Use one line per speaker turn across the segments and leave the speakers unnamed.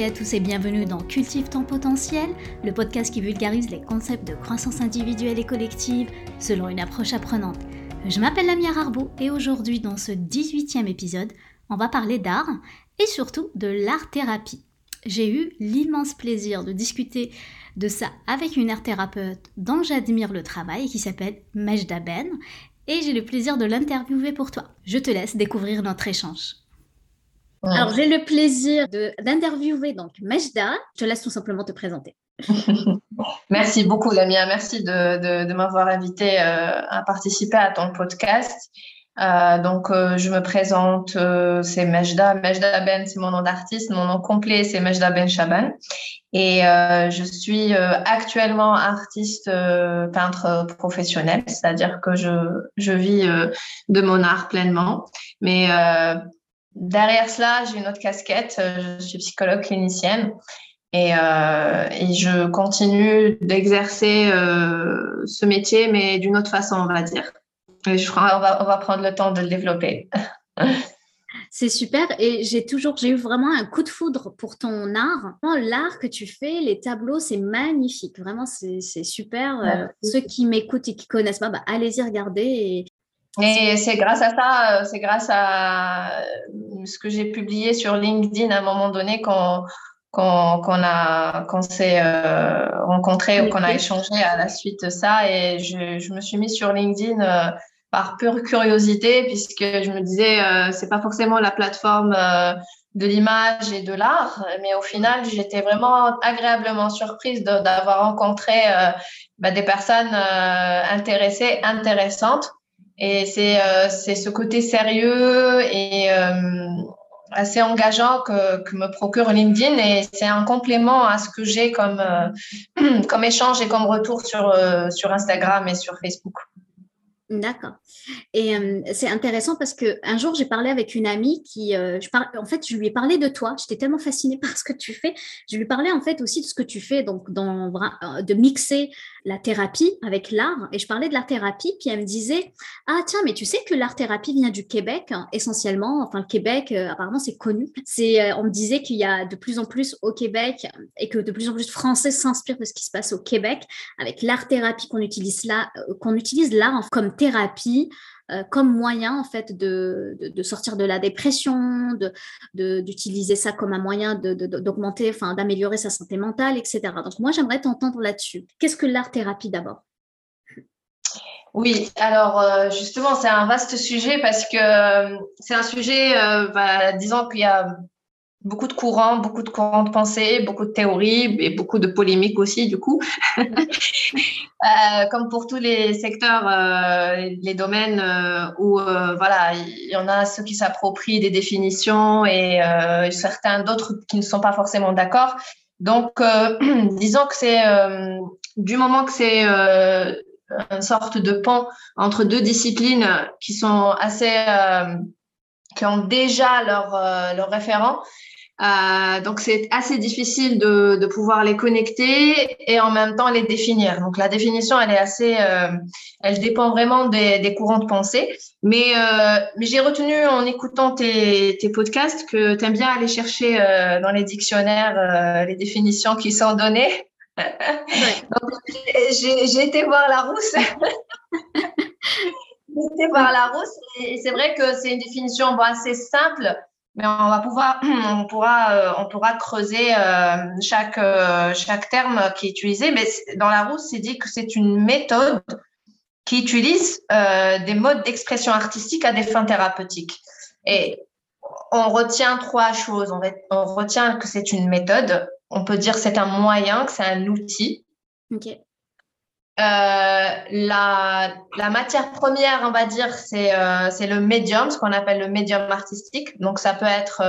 à tous et bienvenue dans Cultive ton potentiel, le podcast qui vulgarise les concepts de croissance individuelle et collective selon une approche apprenante. Je m'appelle Lamia Rarbo et aujourd'hui dans ce 18e épisode, on va parler d'art et surtout de l'art-thérapie. J'ai eu l'immense plaisir de discuter de ça avec une art-thérapeute dont j'admire le travail qui s'appelle Mejda Ben et j'ai le plaisir de l'interviewer pour toi. Je te laisse découvrir notre échange. Ouais. Alors, j'ai le plaisir d'interviewer donc Mejda. Je te laisse tout simplement te présenter.
Merci beaucoup, Lamia. Merci de m'avoir invitée à participer à ton podcast. Je me présente, c'est Mejda. Mejda Ben, c'est mon nom d'artiste. Mon nom complet, c'est Mejda Ben Chaban. Et je suis actuellement artiste peintre professionnel, c'est-à-dire que je vis de mon art pleinement. Mais derrière cela, j'ai une autre casquette. Je suis psychologue clinicienne et je continue d'exercer ce métier, mais d'une autre façon, on va dire. Et on va prendre le temps de le développer.
C'est super et j'ai eu vraiment un coup de foudre pour ton art. L'art que tu fais, les tableaux, c'est magnifique. Vraiment, c'est super. Ceux qui m'écoutent et qui connaissent pas, allez-y regarder.
Et c'est grâce à ça, c'est grâce à ce que j'ai publié sur LinkedIn à un moment donné qu'on s'est rencontrés ou qu'on a échangé à la suite de ça. Et je me suis mise sur LinkedIn par pure curiosité, puisque je me disais, c'est pas forcément la plateforme de l'image et de l'art, mais au final, j'étais vraiment agréablement surprise d'avoir rencontré des personnes intéressées, intéressantes. Et c'est ce côté sérieux et assez engageant que me procure LinkedIn, et c'est un complément à ce que j'ai comme échange et comme retour sur Instagram et sur Facebook.
D'accord. Et c'est intéressant parce qu'un jour, j'ai parlé avec une amie en fait, je lui ai parlé de toi. J'étais tellement fascinée par ce que tu fais. Je lui parlais en fait aussi de ce que tu fais, donc de mixer la thérapie avec l'art. Et je parlais de l'art-thérapie, puis elle me disait « Ah tiens, mais tu sais que l'art-thérapie vient du Québec, essentiellement. Enfin, le Québec, apparemment, c'est connu. On me disait qu'il y a de plus en plus au Québec et que de plus en plus de Français s'inspirent de ce qui se passe au Québec avec l'art-thérapie qu'on utilise l'art comme thérapie, comme moyen en fait de sortir de la dépression, d'utiliser ça comme un moyen d'augmenter, enfin d'améliorer sa santé mentale, etc. Donc moi j'aimerais t'entendre là-dessus. Qu'est-ce que l'art-thérapie d'abord ?
Oui, alors justement c'est un vaste sujet parce que c'est un sujet, disons qu'il y a beaucoup de courants de pensée, beaucoup de théories et beaucoup de polémiques aussi, du coup. Comme pour tous les secteurs, les domaines où, il y en a ceux qui s'approprient des définitions et certains d'autres qui ne sont pas forcément d'accord. Donc, disons que c'est, du moment que c'est une sorte de pont entre deux disciplines qui sont qui ont déjà leur référent. Donc, c'est assez difficile de pouvoir les connecter et en même temps les définir. Donc, la définition, elle est elle dépend vraiment des courants de pensée. Mais j'ai retenu en écoutant tes podcasts que tu aimes bien aller chercher dans les dictionnaires les définitions qui sont données. Ouais. Donc, j'ai été voir Larousse. Et c'est vrai que c'est une définition assez simple. Mais on pourra creuser chaque terme qui est utilisé. Mais dans Larousse, c'est dit que c'est une méthode qui utilise des modes d'expression artistique à des fins thérapeutiques. Et on retient trois choses. On retient que c'est une méthode. On peut dire que c'est un moyen, que c'est un outil.
Ok.
La matière première, on va dire, c'est le médium, ce qu'on appelle le médium artistique. Donc, ça peut être,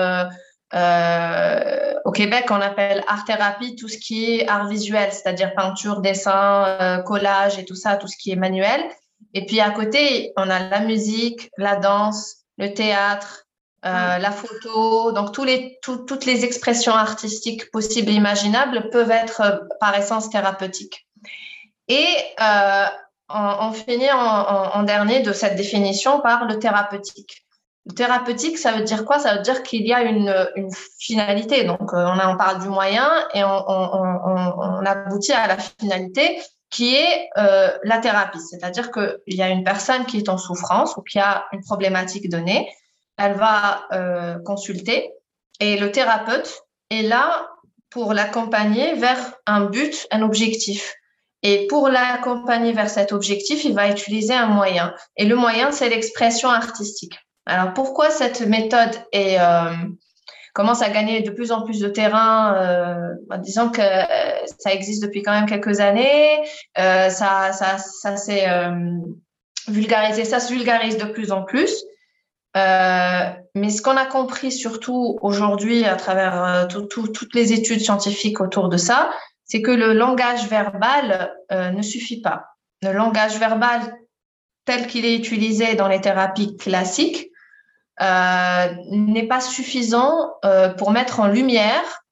au Québec, on appelle art-thérapie tout ce qui est art visuel, c'est-à-dire peinture, dessin, collage et tout ça, tout ce qui est manuel. Et puis, à côté, on a la musique, la danse, le théâtre, la photo. Donc, toutes les expressions artistiques possibles et imaginables peuvent être, par essence, thérapeutiques. Et on finit en dernier de cette définition par le thérapeutique. Thérapeutique, ça veut dire quoi? Ça veut dire qu'il y a une finalité. Donc, on parle du moyen et on aboutit à la finalité qui est la thérapie. C'est-à-dire qu'il y a une personne qui est en souffrance ou qui a une problématique donnée. Elle va consulter et le thérapeute est là pour l'accompagner vers un but, un objectif. Et pour l'accompagner vers cet objectif, il va utiliser un moyen. Et le moyen, c'est l'expression artistique. Alors, pourquoi cette méthode commence à gagner de plus en plus de terrain, disons que ça existe depuis quand même quelques années, ça s'est vulgarisé, ça se vulgarise de plus en plus. Mais ce qu'on a compris surtout aujourd'hui à travers toutes les études scientifiques autour de ça, c'est que le langage verbal ne suffit pas. Le langage verbal tel qu'il est utilisé dans les thérapies classiques n'est pas suffisant pour mettre en lumière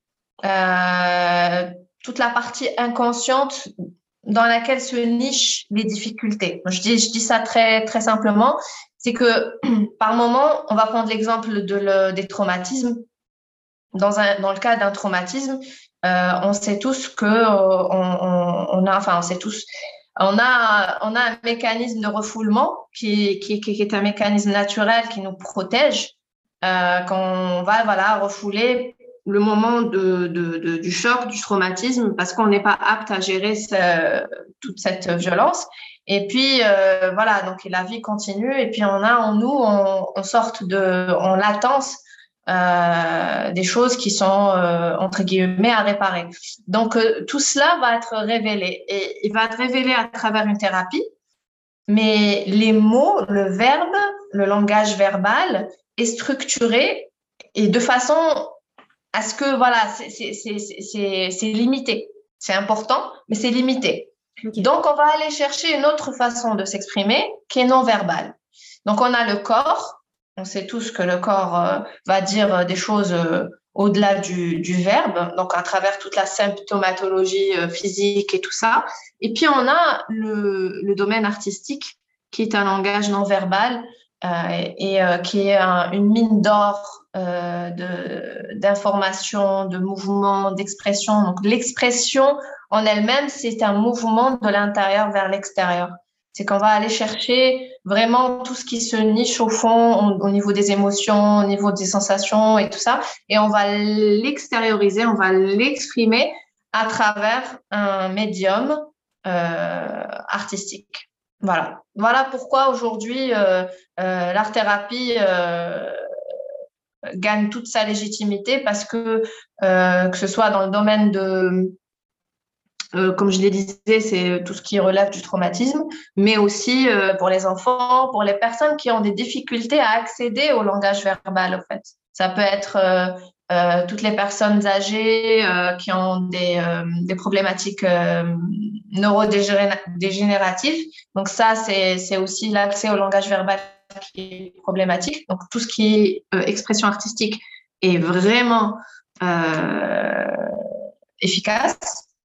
toute la partie inconsciente dans laquelle se nichent les difficultés. Je dis ça très, très simplement, c'est que par moment, on va prendre l'exemple des traumatismes. Dans le cas d'un traumatisme, on sait tous que on a un mécanisme de refoulement qui est un mécanisme naturel qui nous protège quand on va refouler le moment du choc, du traumatisme, parce qu'on n'est pas apte à gérer toute cette violence. Et puis, donc la vie continue. Et puis, on a en nous, en sorte en latence, des choses qui sont, entre guillemets, à réparer. Donc, tout cela va être révélé. Et il va être révélé à travers une thérapie. Mais les mots, le verbe, le langage verbal est structuré et de façon à ce que, c'est limité. C'est important, mais c'est limité. Okay. Donc, on va aller chercher une autre façon de s'exprimer qui est non verbale. Donc, on a le corps. On sait tous que le corps va dire des choses au-delà du verbe, donc à travers toute la symptomatologie physique et tout ça. Et puis, on a le domaine artistique, qui est un langage non verbal qui est une mine d'or d'informations, de mouvements, d'expression. Donc, l'expression en elle-même, c'est un mouvement de l'intérieur vers l'extérieur. C'est qu'on va aller chercher vraiment tout ce qui se niche au fond, au niveau des émotions, au niveau des sensations et tout ça. Et on va l'extérioriser, on va l'exprimer à travers un médium artistique. Voilà pourquoi aujourd'hui, l'art-thérapie gagne toute sa légitimité parce que ce soit dans le domaine comme je le disais, c'est tout ce qui relève du traumatisme, mais aussi pour les enfants, pour les personnes qui ont des difficultés à accéder au langage verbal, en fait. Ça peut être toutes les personnes âgées qui ont des problématiques neurodégénératives. Donc ça, c'est aussi l'accès au langage verbal qui est problématique. Donc tout ce qui est expression artistique est vraiment efficace.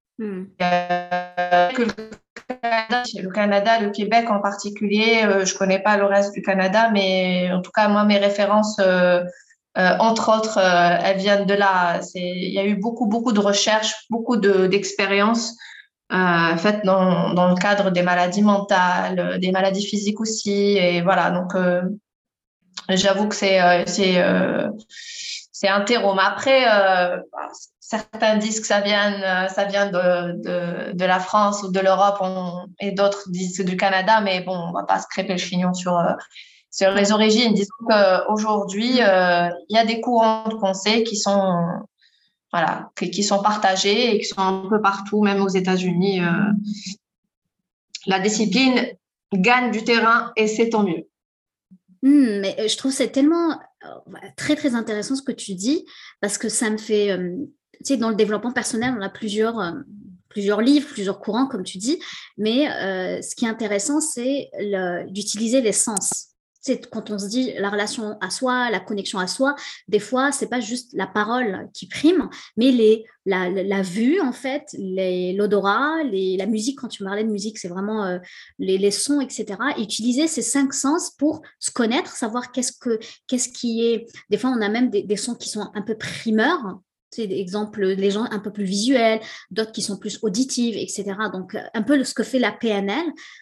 Le Canada, le Québec en particulier, je connais pas le reste du Canada, mais en tout cas moi mes références, entre autres, elles viennent de là. Il y a eu beaucoup de recherches, beaucoup d'expériences faites dans le cadre des maladies mentales, des maladies physiques aussi, et voilà. Donc j'avoue que c'est un terreau. Mais après, certains disent que ça vient de la France ou de l'Europe et d'autres disent du Canada, mais bon, on va pas se crêper le chignon sur les origines. Disons qu'aujourd'hui, il y a des courants de pensée qui sont partagés et qui sont un peu partout, même aux États-Unis. La discipline gagne du terrain et c'est tant mieux.
Mais je trouve que c'est tellement très, très intéressant ce que tu dis, parce que ça me fait... tu sais, dans le développement personnel, on a plusieurs livres, plusieurs courants, comme tu dis, mais ce qui est intéressant, c'est d'utiliser les sens. C'est quand on se dit la relation à soi, la connexion à soi, des fois, c'est pas juste la parole qui prime, mais la vue, en fait, l'odorat, la musique, quand tu parlais de musique, c'est vraiment les sons, etc. Et utiliser ces 5 sens pour se connaître, savoir qu'est-ce qui est. Des fois, on a même des sons qui sont un peu primeurs. C'est exemple, les gens un peu plus visuels, d'autres qui sont plus auditives, etc. Donc, un peu ce que fait la PNL.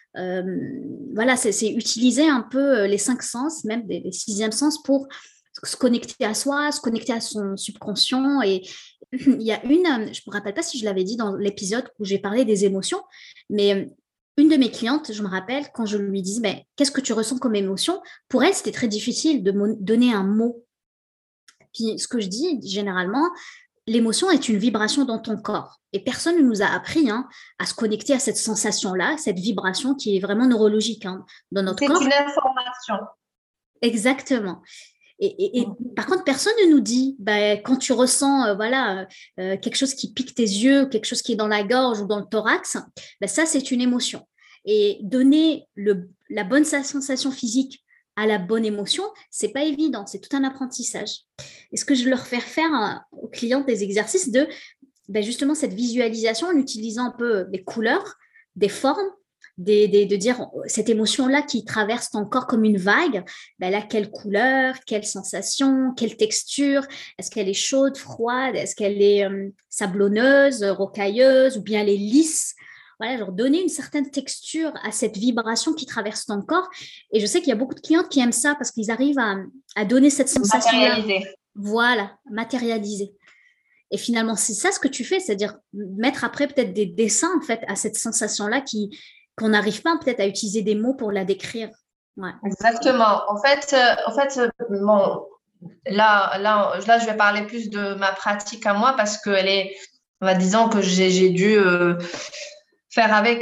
Voilà, c'est utiliser un peu les 5 sens, même les 6e sens pour se connecter à soi, se connecter à son subconscient. Et il y a je ne me rappelle pas si je l'avais dit dans l'épisode où j'ai parlé des émotions, mais une de mes clientes, je me rappelle, quand je lui disais, mais qu'est-ce que tu ressens comme émotion? Pour elle, c'était très difficile de donner un mot. Puis ce que je dis généralement, l'émotion est une vibration dans ton corps. Et personne ne nous a appris à se connecter à cette sensation-là, cette vibration qui est vraiment neurologique dans notre corps.
C'est une information.
Exactement. Et par contre, personne ne nous dit, quand tu ressens quelque chose qui pique tes yeux, quelque chose qui est dans la gorge ou dans le thorax, ça, c'est une émotion. Et donner la bonne sensation physique à la bonne émotion, c'est pas évident, c'est tout un apprentissage. Et ce que je leur fais faire aux clients des exercices de justement cette visualisation en utilisant un peu des couleurs, des formes, de dire cette émotion-là qui traverse ton corps comme une vague, elle a quelle couleur, quelle sensation, quelle texture, est-ce qu'elle est chaude, froide, est-ce qu'elle est sablonneuse, rocailleuse ou bien elle est lisse. Voilà, genre donner une certaine texture à cette vibration qui traverse ton corps. Et je sais qu'il y a beaucoup de clientes qui aiment ça parce qu'ils arrivent à donner cette sensation-là.
Matérialiser.
Voilà, matérialiser. Et finalement, c'est ça ce que tu fais, c'est-à-dire mettre après peut-être des dessins en fait à cette sensation-là qu'on n'arrive pas peut-être à utiliser des mots pour la décrire.
Ouais. Exactement. En fait, bon, là, je vais parler plus de ma pratique à moi parce qu'elle est, disons que j'ai dû faire avec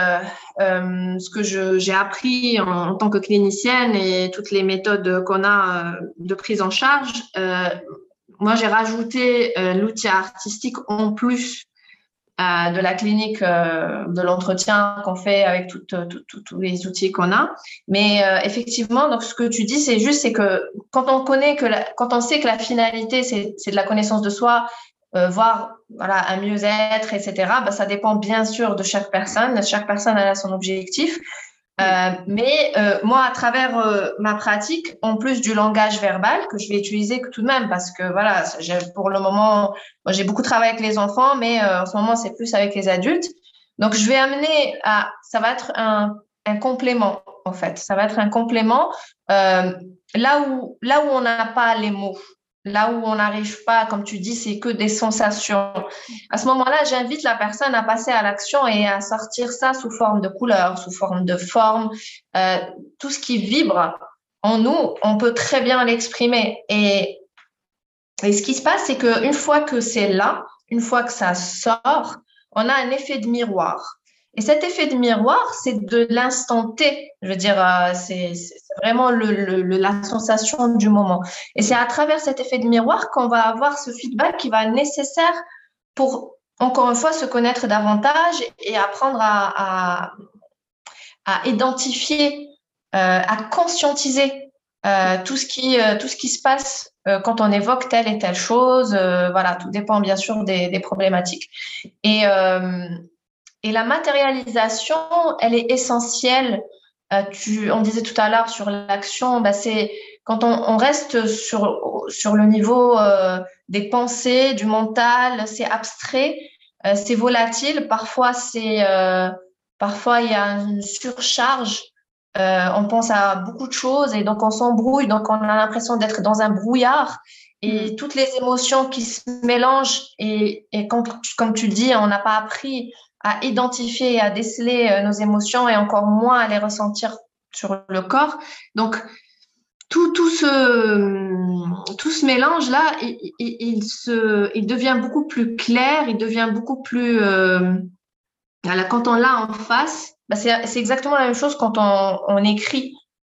ce que j'ai appris en tant que clinicienne et toutes les méthodes qu'on a de prise en charge. Moi, j'ai rajouté l'outil artistique en plus de la clinique, de l'entretien qu'on fait avec tous les outils qu'on a. Mais effectivement, donc ce que tu dis, c'est que quand on sait que la finalité, c'est de la connaissance de soi, voire voilà, un mieux-être, etc., ça dépend bien sûr de chaque personne. Chaque personne a son objectif. Mais moi, à travers ma pratique, en plus du langage verbal que je vais utiliser tout de même, parce que voilà, pour le moment, moi, j'ai beaucoup travaillé avec les enfants, mais en ce moment, c'est plus avec les adultes. Donc, je vais amener ça va être un complément, en fait. Ça va être un complément là où on n'a pas les mots. Là où on n'arrive pas, comme tu dis, c'est que des sensations. À ce moment-là, j'invite la personne à passer à l'action et à sortir ça sous forme de couleur, sous forme de forme. Tout ce qui vibre en nous, on peut très bien l'exprimer. Et ce qui se passe, c'est qu'une fois que c'est là, une fois que ça sort, on a un effet de miroir. Et cet effet de miroir, c'est de l'instant T. Je veux dire, c'est vraiment la sensation du moment. Et c'est à travers cet effet de miroir qu'on va avoir ce feedback qui va être nécessaire pour, encore une fois, se connaître davantage et apprendre à identifier, à conscientiser tout ce qui se passe quand on évoque telle et telle chose. Voilà, tout dépend bien sûr des problématiques. Et la matérialisation, elle est essentielle. On disait tout à l'heure sur l'action, c'est quand on reste sur le niveau des pensées, du mental, c'est abstrait, c'est volatile. Parfois, parfois il y a une surcharge. On pense à beaucoup de choses et donc on s'embrouille. Donc on a l'impression d'être dans un brouillard et toutes les émotions qui se mélangent. Et comme tu dis, on n'a pas appris à identifier et à déceler nos émotions et encore moins à les ressentir sur le corps. Donc, tout ce mélange-là, il devient beaucoup plus clair, il devient beaucoup plus… quand on l'a en face, c'est exactement la même chose quand on écrit.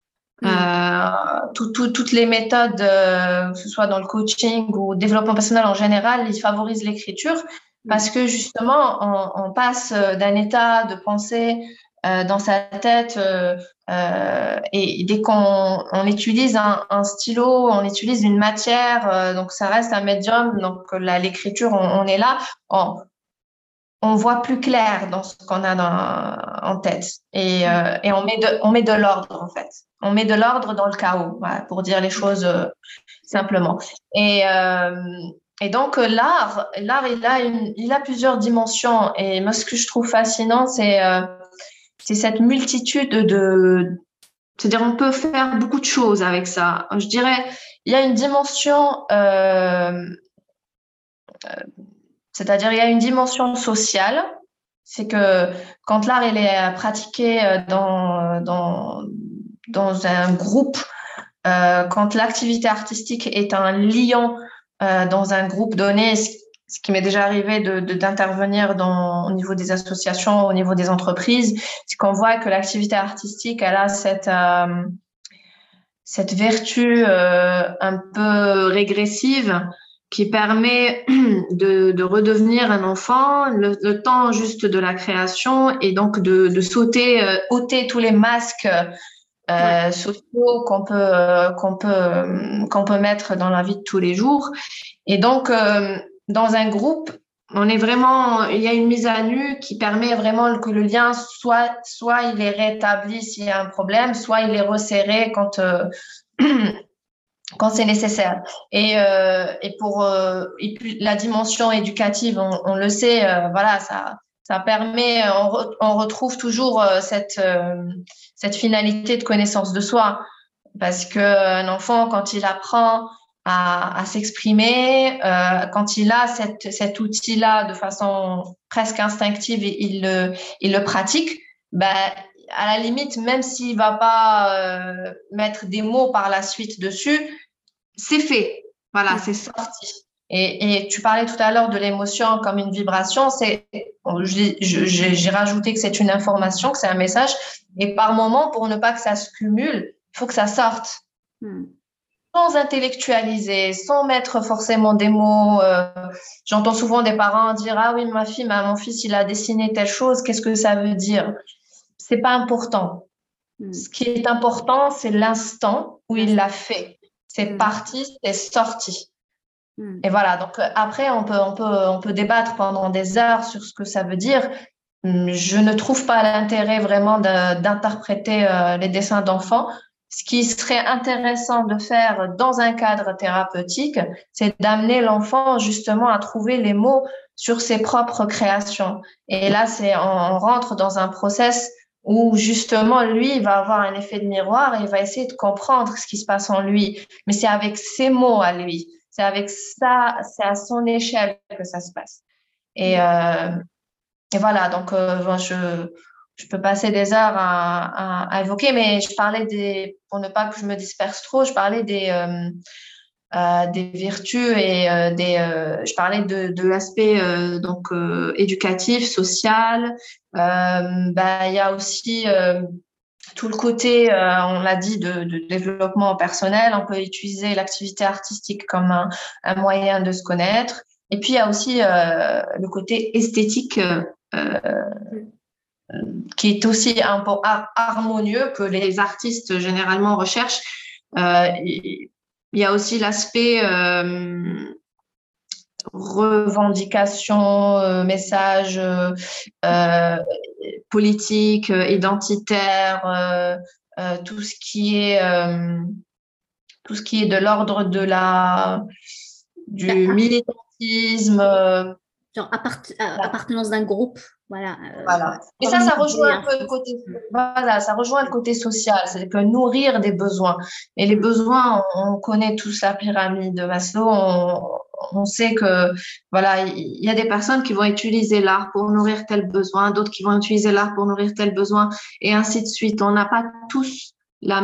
Toutes les méthodes, que ce soit dans le coaching ou le développement personnel en général, ils favorisent l'écriture. Parce que justement, on passe d'un état de pensée dans sa tête. Et dès qu'on utilise un stylo, on utilise une matière, donc ça reste un médium. Donc l'écriture, on est là. On voit plus clair dans ce qu'on a en tête et on met de l'ordre en fait. On met de l'ordre dans le chaos, voilà, pour dire les choses simplement. Et donc il a plusieurs dimensions. Et moi, ce que je trouve fascinant, c'est cette multitude c'est-à-dire on peut faire beaucoup de choses avec ça. Je dirais, il y a une dimension c'est-à-dire, il y a une dimension sociale, c'est que quand l'art il est pratiqué dans un groupe, quand l'activité artistique est un liant dans un groupe donné, ce qui m'est déjà arrivé d'intervenir au niveau des associations, au niveau des entreprises, c'est qu'on voit que l'activité artistique, elle a cette vertu un peu régressive qui permet de redevenir un enfant le temps juste de la création et donc de sauter, ôter tous les masques sociaux qu'on peut mettre dans la vie de tous les jours. Et donc, dans un groupe, il y a une mise à nu qui permet vraiment que le lien soit il est rétabli s'il y a un problème, soit il est resserré quand c'est nécessaire. Et puis la dimension éducative, on le sait, voilà, ça permet, on retrouve toujours cette finalité de connaissance de soi. Parce qu'un enfant, quand il apprend à s'exprimer, quand il a cet outil-là de façon presque instinctive, il le pratique, ben, à la limite, même s'il va pas mettre des mots par la suite dessus, c'est fait. Voilà, c'est sorti. Et tu parlais tout à l'heure de l'émotion comme une vibration. J'ai rajouté que c'est une information, que c'est un message. Et par moment, pour ne pas que ça se cumule, il faut que ça sorte. Sans intellectualiser, sans mettre forcément des mots. J'entends souvent des parents dire, ah oui, mon fils, il a dessiné telle chose. Qu'est-ce que ça veut dire? C'est pas important. Ce qui est important, c'est l'instant où il l'a fait. C'est parti, c'est sorti. Et voilà. Donc après, on peut débattre pendant des heures sur ce que ça veut dire. Je ne trouve pas l'intérêt vraiment d'interpréter les dessins d'enfants. Ce qui serait intéressant de faire dans un cadre thérapeutique, c'est d'amener l'enfant justement à trouver les mots sur ses propres créations. Et là, on rentre dans un process où justement, lui, il va avoir un effet de miroir et il va essayer de comprendre ce qui se passe en lui. Mais c'est avec ses mots à lui. C'est avec ça, c'est à son échelle que ça se passe. Et voilà, donc je peux passer des heures à évoquer, mais je parlais pour ne pas que je me disperse trop, je parlais des vertus et je parlais de l'aspect donc éducatif, social. Il y a aussi tout le côté, on l'a dit, de développement personnel. On peut utiliser l'activité artistique comme un moyen de se connaître. Et puis il y a aussi le côté esthétique qui est aussi un peu harmonieux que les artistes généralement recherchent. Il y a aussi l'aspect revendication, message politique, identitaire, tout ce qui est de l'ordre du militantisme.
Genre appartenance d'un groupe, voilà.
Voilà. Mais ça rejoint un peu le côté, voilà, ça rejoint le côté social, c'est que nourrir des besoins. Et les besoins, on connaît tous la pyramide de Maslow, on sait que, voilà, il y a des personnes qui vont utiliser l'art pour nourrir tel besoin, d'autres qui vont utiliser l'art pour nourrir tel besoin, et ainsi de suite. On n'a pas tous le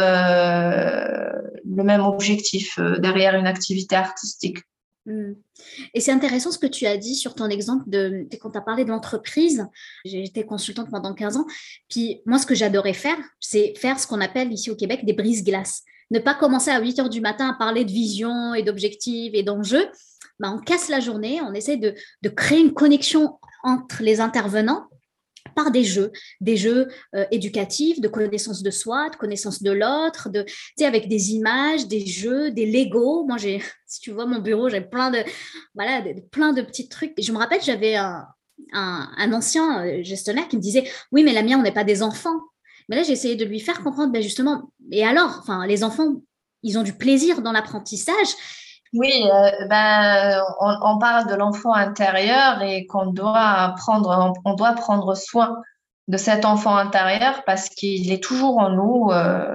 même objectif derrière une activité artistique.
Et c'est intéressant ce que tu as dit sur ton exemple quand tu as parlé de l'entreprise. J'ai été consultante pendant 15 ans. Puis moi, ce que j'adorais faire, c'est faire ce qu'on appelle ici au Québec des brise-glaces. Ne pas commencer à 8 heures du matin à parler de vision et d'objectifs et d'enjeux. On casse la journée, on essaie de créer une connexion entre les intervenants par des jeux éducatifs, de connaissance de soi, de connaissance de l'autre, tu sais, avec des images, des jeux, des Lego. Moi, si tu vois mon bureau, j'ai voilà, plein de petits trucs. Et je me rappelle, j'avais un ancien gestionnaire qui me disait, oui, mais la mienne, on n'est pas des enfants. Mais là, j'ai essayé de lui faire comprendre, ben justement, et alors, enfin, les enfants, ils ont du plaisir dans l'apprentissage.
Oui, on parle de l'enfant intérieur et qu'on doit on doit prendre soin de cet enfant intérieur parce qu'il est toujours en nous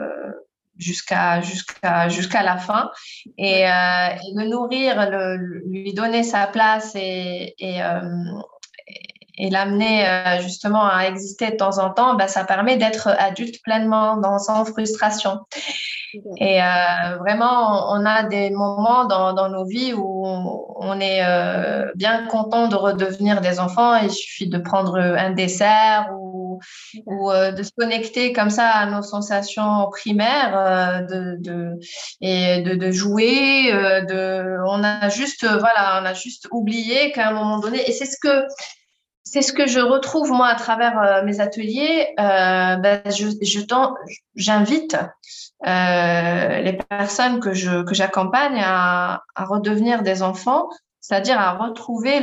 jusqu'à la fin et le nourrir, lui donner sa place et l'amener justement à exister de temps en temps, ben, ça permet d'être adulte pleinement, sans frustration. Et vraiment, on a des moments dans nos vies où on est bien content de redevenir des enfants. Il suffit de prendre un dessert ou de se connecter comme ça à nos sensations primaires, de jouer. On a juste oublié qu'à un moment donné, et c'est ce que je retrouve moi à travers mes ateliers. J'invite les personnes que j'accompagne à redevenir des enfants, c'est-à-dire à retrouver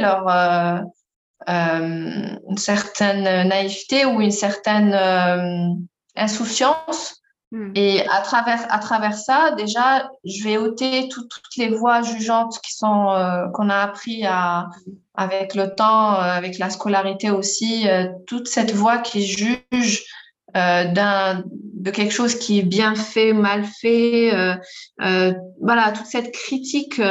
une certaine naïveté ou une certaine insouciance. Et à travers ça, déjà, je vais ôter toutes les voix jugeantes qu'on a appris avec le temps, avec la scolarité aussi, toute cette voix qui juge de quelque chose qui est bien fait, mal fait, voilà, toute cette critique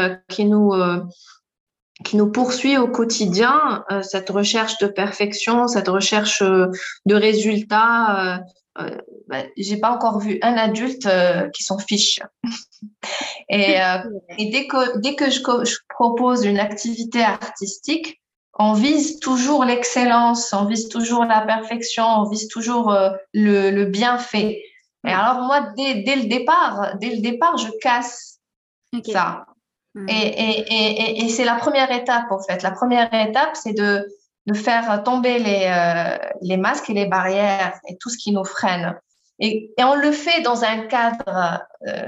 qui nous poursuit au quotidien, cette recherche de perfection, cette recherche de résultats. J'ai pas encore vu un adulte qui s'en fiche. Et dès que je propose une activité artistique, on vise toujours l'excellence, on vise toujours la perfection, on vise toujours le bienfait. Et alors moi, dès le départ, je casse ça. Et c'est la première étape, en fait. La première étape, c'est de faire tomber les masques et les barrières et tout ce qui nous freine. Et on le fait dans un cadre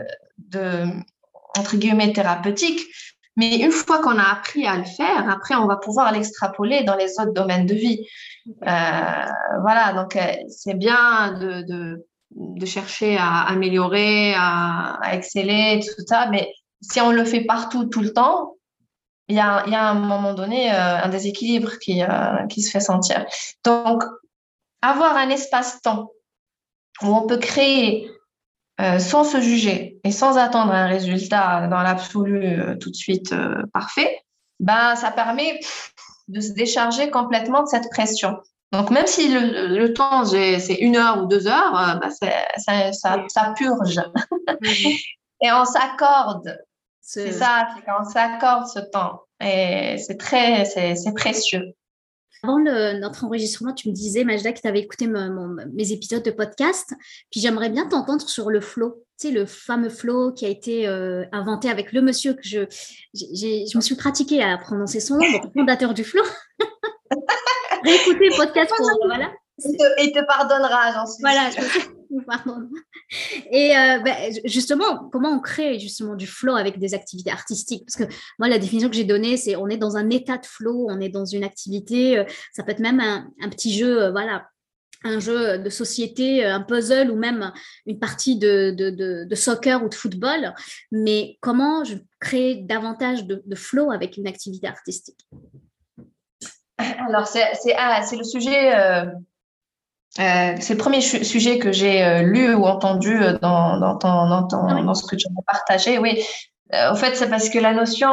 entre guillemets, thérapeutique. Mais une fois qu'on a appris à le faire, après, on va pouvoir l'extrapoler dans les autres domaines de vie. Voilà, donc c'est bien de chercher à améliorer, à exceller, tout ça, mais si on le fait partout, tout le temps, il y a à un moment donné un déséquilibre qui se fait sentir. Donc, avoir un espace-temps où on peut créer sans se juger et sans attendre un résultat dans l'absolu tout de suite parfait, ben, ça permet de se décharger complètement de cette pression. Donc, même si le temps, c'est 1 heure ou 2 heures, ça purge. Et on s'accorde. C'est ça, c'est quand on s'accorde ce temps. Et c'est précieux.
Avant notre enregistrement, tu me disais, Majda, que tu avais écouté mes épisodes de podcast. Puis j'aimerais bien t'entendre sur le flow. Tu sais, le fameux flow qui a été inventé avec le monsieur que je me suis pratiquée à prononcer son nom, donc fondateur du flow. Réécouter le podcast pour... voilà.
Il te pardonnera, j'en suis sûre.
Pardon. Et justement, comment on crée justement du flow avec des activités artistiques? Parce que moi, la définition que j'ai donnée, c'est on est dans un état de flow, on est dans une activité, ça peut être même un petit jeu, voilà, un jeu de société, un puzzle ou même une partie de soccer ou de football. Mais comment je crée davantage de flow avec une activité artistique?
Alors, c'est le sujet... c'est le premier sujet que j'ai lu ou entendu dans ce que tu as partagé. Oui, en fait, c'est parce que la notion,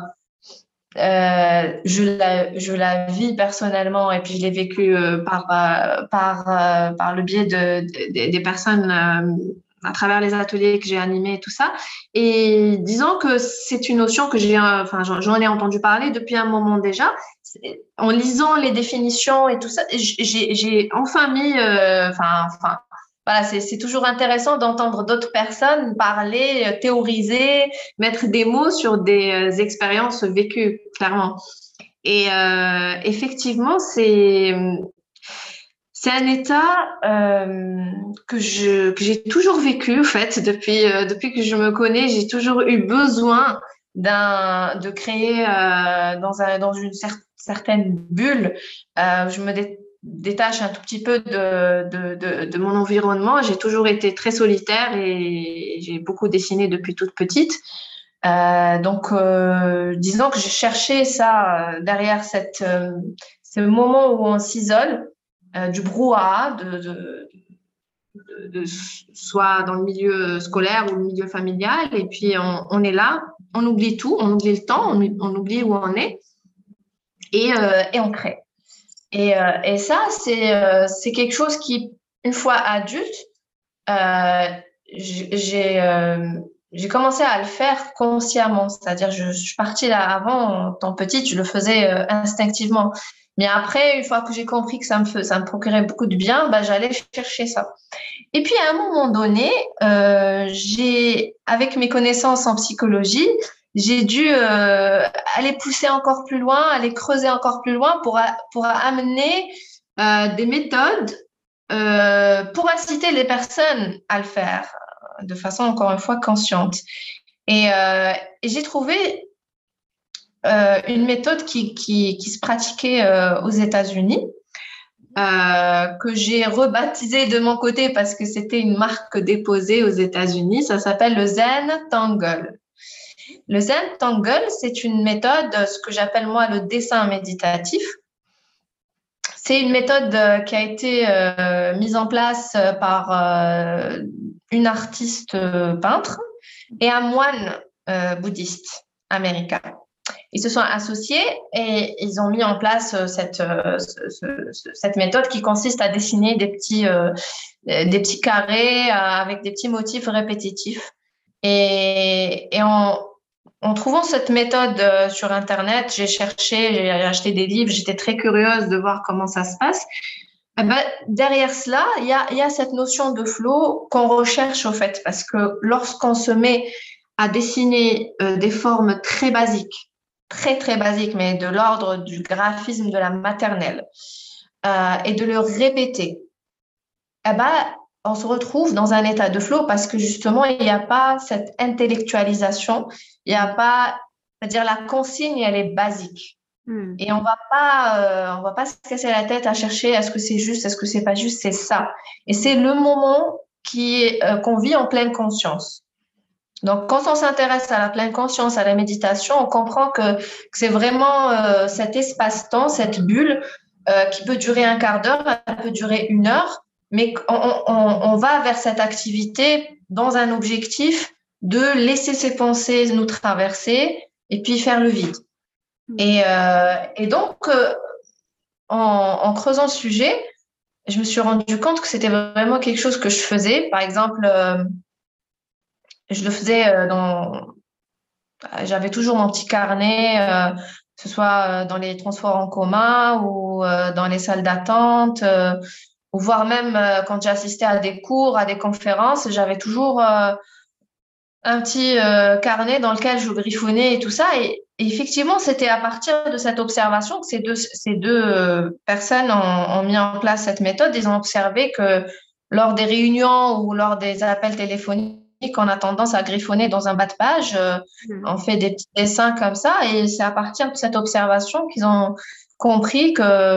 je la vis personnellement et puis je l'ai vécue par le biais des personnes à travers les ateliers que j'ai animés et tout ça. Et disons que c'est une notion que j'en ai entendu parler depuis un moment déjà. En lisant les définitions et tout ça, j'ai enfin mis, voilà, c'est toujours intéressant d'entendre d'autres personnes parler, théoriser, mettre des mots sur des expériences vécues, clairement. Et effectivement, C'est un état que j'ai toujours vécu, en fait, depuis que je me connais. J'ai toujours eu besoin de créer dans une certaine bulle. Je me détache un tout petit peu de mon environnement. J'ai toujours été très solitaire et j'ai beaucoup dessiné depuis toute petite. Disons que j'ai cherché ça derrière ce moment où on s'isole du brouhaha, soit dans le milieu scolaire ou le milieu familial. Et puis, on est là, on oublie tout, on oublie le temps, on oublie où on est et on crée. Et ça, c'est quelque chose qui, une fois adulte, euh, j'ai commencé à le faire consciemment. C'est-à-dire, je suis partie là avant, en tant petite, je le faisais instinctivement. Mais après, une fois que j'ai compris que ça me procurait beaucoup de bien, bah, j'allais chercher ça. Et puis, à un moment donné, avec mes connaissances en psychologie, j'ai dû aller pousser encore plus loin, aller creuser encore plus loin pour amener des méthodes pour inciter les personnes à le faire de façon, encore une fois, consciente. Et j'ai trouvé une méthode qui se pratiquait aux États-Unis, que j'ai rebaptisée de mon côté parce que c'était une marque déposée aux États-Unis. Ça s'appelle le Zen Tangle. Le Zen Tangle, c'est une méthode, ce que j'appelle moi le dessin méditatif. C'est une méthode qui a été mise en place par une artiste peintre et un moine bouddhiste américain. Ils se sont associés et ils ont mis en place cette méthode qui consiste à dessiner des petits carrés avec des petits motifs répétitifs. Et en trouvant cette méthode sur Internet, j'ai cherché, j'ai acheté des livres, j'étais très curieuse de voir comment ça se passe. Eh ben, derrière cela, il y a cette notion de flow qu'on recherche au fait, parce que lorsqu'on se met à dessiner des formes très basiques, très très basiques, mais de l'ordre du graphisme de la maternelle, et de le répéter, eh ben, on se retrouve dans un état de flow parce que justement, il n'y a pas cette intellectualisation, il n'y a pas, c'est-à-dire la consigne, elle est basique. Et on va pas se casser la tête à chercher est-ce que c'est juste, est-ce que c'est pas juste, c'est ça. Et c'est le moment qu'on vit en pleine conscience. Donc, quand on s'intéresse à la pleine conscience, à la méditation, on comprend que c'est vraiment cet espace-temps, cette bulle qui peut durer un quart d'heure, elle peut durer une heure, mais on va vers cette activité dans un objectif de laisser ses pensées nous traverser et puis faire le vide. Et donc, en creusant le sujet, je me suis rendu compte que c'était vraiment quelque chose que je faisais. Par exemple, je le faisais j'avais toujours mon petit carnet, que ce soit dans les transports en commun ou dans les salles d'attente, ou voire même quand j'assistais à des cours, à des conférences, j'avais toujours un petit carnet dans lequel je griffonnais et tout ça. Et effectivement, c'était à partir de cette observation que ces deux personnes ont mis en place cette méthode. Ils ont observé que lors des réunions ou lors des appels téléphoniques, on a tendance à griffonner dans un bas de page. On fait des petits dessins comme ça. Et c'est à partir de cette observation qu'ils ont compris que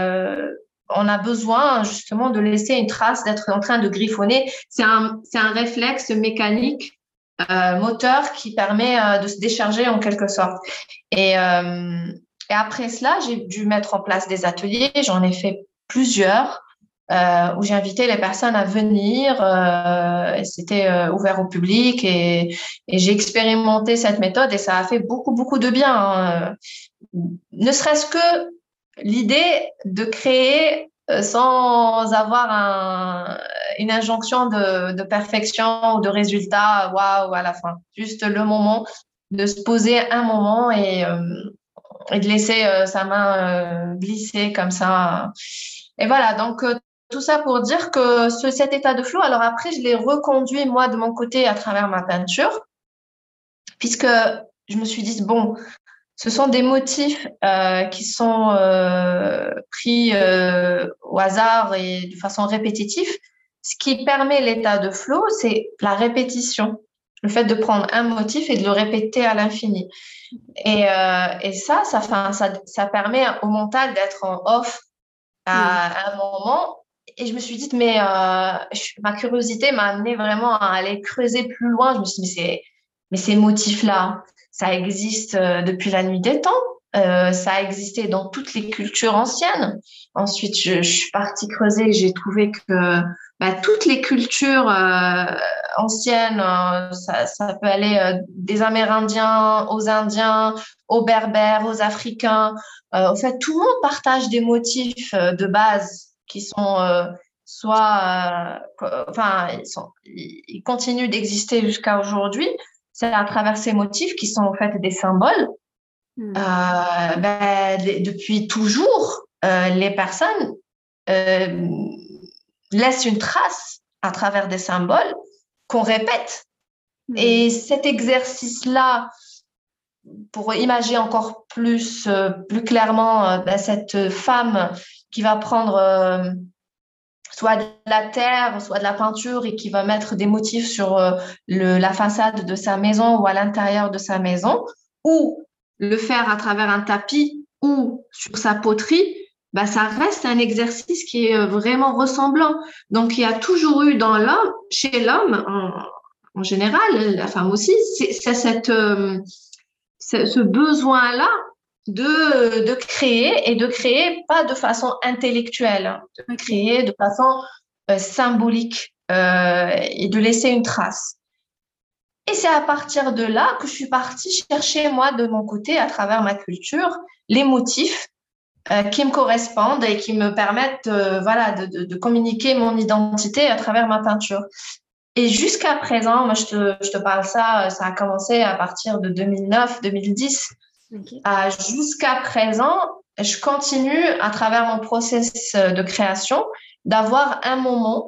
on a besoin justement de laisser une trace, d'être en train de griffonner. C'est un réflexe mécanique moteur qui permet de se décharger en quelque sorte. Et après cela, j'ai dû mettre en place des ateliers. J'en ai fait plusieurs où j'ai invité les personnes à venir. Et c'était ouvert au public et j'ai expérimenté cette méthode et ça a fait beaucoup, beaucoup de bien. Hein. Ne serait-ce que l'idée de créer sans avoir une injonction de perfection ou de résultat, waouh, à la fin. Juste le moment de se poser un moment et de laisser sa main glisser comme ça. Et voilà, donc tout ça pour dire que cet état de flow, alors après, je l'ai reconduit moi de mon côté à travers ma peinture, puisque je me suis dit, bon, ce sont des motifs qui sont pris au hasard et de façon répétitive. Ce qui permet l'état de flow, c'est la répétition. Le fait de prendre un motif et de le répéter à l'infini. Et ça permet au mental d'être en off à un moment. Et je me suis dit, ma curiosité m'a amené vraiment à aller creuser plus loin. Je me suis dit, mais ces motifs-là, ça existe depuis la nuit des temps. Ça a existé dans toutes les cultures anciennes. Ensuite, je suis partie creuser et j'ai trouvé que toutes les cultures anciennes, ça peut aller des Amérindiens aux Indiens, aux Berbères, aux Africains. En fait, tout le monde partage des motifs de base qui sont ils continuent d'exister jusqu'à aujourd'hui. C'est à travers ces motifs qui sont en fait des symboles. Depuis toujours, les personnes laissent une trace à travers des symboles qu'on répète. Et cet exercice-là, pour imaginer encore plus clairement cette femme qui va prendre soit de la terre, soit de la peinture et qui va mettre des motifs sur la façade de sa maison ou à l'intérieur de sa maison, ou le faire à travers un tapis ou sur sa poterie, ça reste un exercice qui est vraiment ressemblant. Donc, il y a toujours eu dans l'homme, chez l'homme en général, la femme aussi, c'est ce besoin-là de créer et de créer pas de façon intellectuelle, de créer de façon symbolique et de laisser une trace. Et c'est à partir de là que je suis partie chercher, moi, de mon côté, à travers ma culture, les motifs qui me correspondent et qui me permettent de communiquer mon identité à travers ma peinture. Et jusqu'à présent, moi, je te parle ça a commencé à partir de 2009-2010. Okay. Jusqu'à présent, je continue à travers mon process de création d'avoir un moment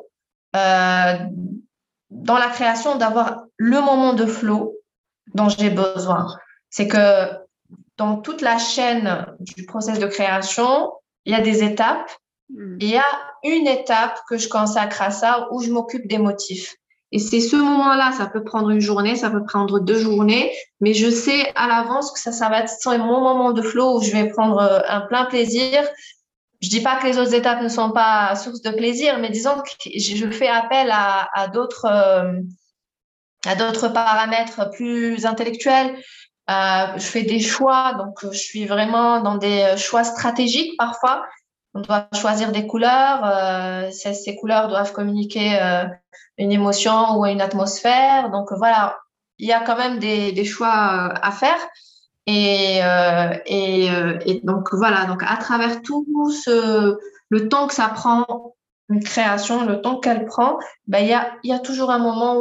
dans la création, d'avoir le moment de flow dont j'ai besoin. C'est que dans toute la chaîne du process de création, il y a des étapes. Il y a une étape que je consacre à ça où je m'occupe des motifs. Et c'est ce moment-là, ça peut prendre une journée, ça peut prendre 2 journées, mais je sais à l'avance que ça va être mon moment de flow où je vais prendre un plein plaisir. Je dis pas que les autres étapes ne sont pas source de plaisir, mais disons que je fais appel à d'autres paramètres plus intellectuels. Je fais des choix, donc je suis vraiment dans des choix stratégiques parfois. On doit choisir des couleurs. Ces couleurs doivent communiquer une émotion ou une atmosphère. Donc voilà, il y a quand même des choix à faire. Et donc voilà, donc à travers tout le temps que ça prend, une création, le temps qu'elle prend, il y a toujours un moment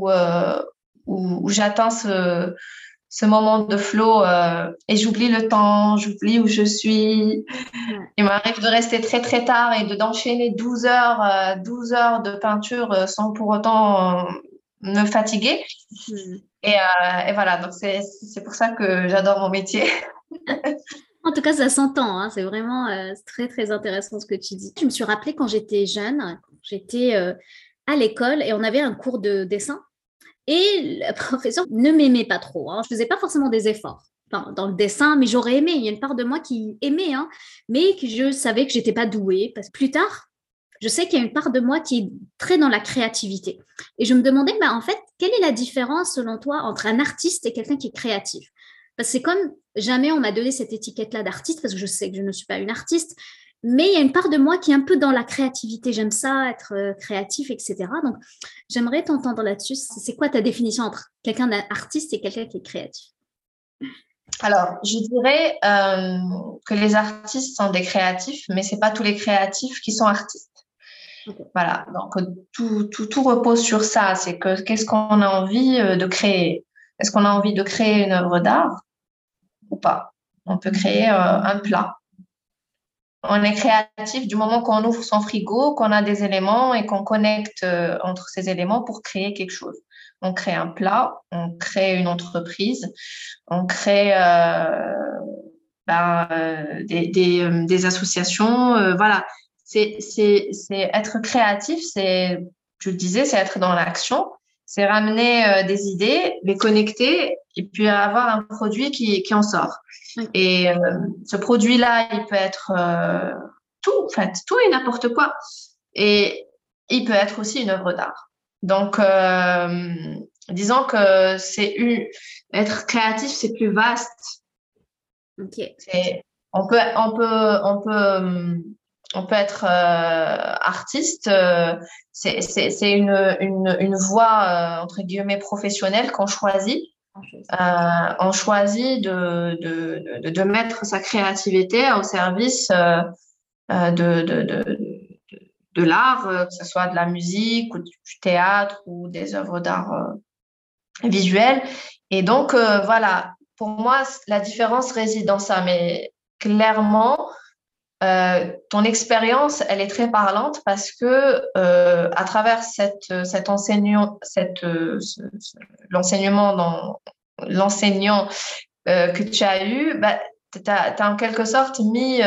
où j'atteins ce moment de flow et j'oublie le temps, j'oublie où je suis. Il m'arrive de rester très, très tard et d'enchaîner 12 heures de peinture sans pour autant me fatiguer. Et voilà, donc c'est pour ça que j'adore mon métier.
En tout cas, ça s'entend, hein. C'est vraiment très, très intéressant ce que tu dis. Je me suis rappelée quand j'étais jeune, j'étais à l'école et on avait un cours de dessin. Et le professeur ne m'aimait pas trop. Hein. Je ne faisais pas forcément des efforts dans le dessin, mais j'aurais aimé. Il y a une part de moi qui aimait, hein, mais que je savais que je n'étais pas douée. Parce que plus tard, je sais qu'il y a une part de moi qui est très dans la créativité. Et je me demandais, en fait, quelle est la différence, selon toi, entre un artiste et quelqu'un qui est créatif? Parce que c'est comme jamais on m'a donné cette étiquette-là d'artiste, parce que je sais que je ne suis pas une artiste. Mais il y a une part de moi qui est un peu dans la créativité. J'aime ça, être créatif, etc. Donc, j'aimerais t'entendre là-dessus. C'est quoi ta définition entre quelqu'un d'artiste et quelqu'un qui est créatif?
Alors, je dirais que les artistes sont des créatifs, mais ce n'est pas tous les créatifs qui sont artistes. Okay. Voilà, donc tout repose sur ça. C'est que qu'est-ce qu'on a envie de créer? Est-ce qu'on a envie de créer une œuvre d'art ou pas? On peut créer un plat. On est créatif du moment qu'on ouvre son frigo, qu'on a des éléments et qu'on connecte entre ces éléments pour créer quelque chose. On crée un plat, on crée une entreprise, on crée des associations. Voilà, c'est être créatif, je le disais, c'est être dans l'action, c'est ramener des idées, les connecter et puis avoir un produit qui en sort.
Oui.
Et ce produit-là, il peut être tout, en fait, tout et n'importe quoi. Et il peut être aussi une œuvre d'art. Donc, disons que être créatif, c'est plus vaste.
Ok.
On peut, on peut, on peut, on peut être artiste. C'est une voie entre guillemets professionnelle qu'on choisit. On choisit de mettre sa créativité au service de l'art, que ce soit de la musique ou du théâtre ou des œuvres d'art visuelles. Et donc, voilà, pour moi, la différence réside dans ça. Mais clairement, ton expérience, elle est très parlante parce que à travers l'enseignant que tu as eu, bah, tu as en quelque sorte mis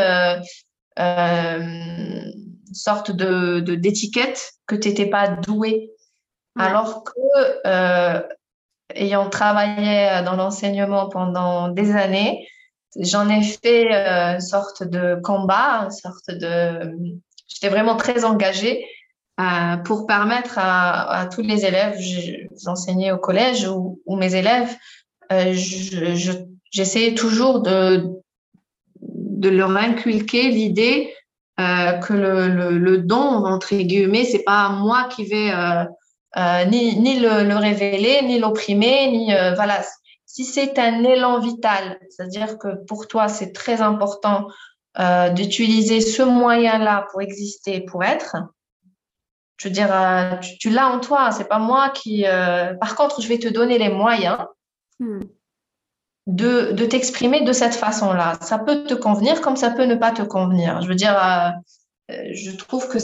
une sorte d'étiquette que tu n'étais pas doué.
Ouais.
Alors que, ayant travaillé dans l'enseignement pendant des années, j'en ai fait une sorte de combat, J'étais vraiment très engagée pour permettre à tous les élèves, j'enseignais au collège où mes élèves, j'essayais toujours de leur inculquer l'idée que le don, entre guillemets, c'est pas moi qui vais ni le révéler, ni l'opprimer, ni voilà. Si c'est un élan vital, c'est-à-dire que pour toi, c'est très important d'utiliser ce moyen-là pour exister, pour être. Je veux dire, tu l'as en toi, c'est pas moi qui. Par contre, je vais te donner les moyens de t'exprimer de cette façon-là. Ça peut te convenir comme ça peut ne pas te convenir. Je veux dire, je trouve que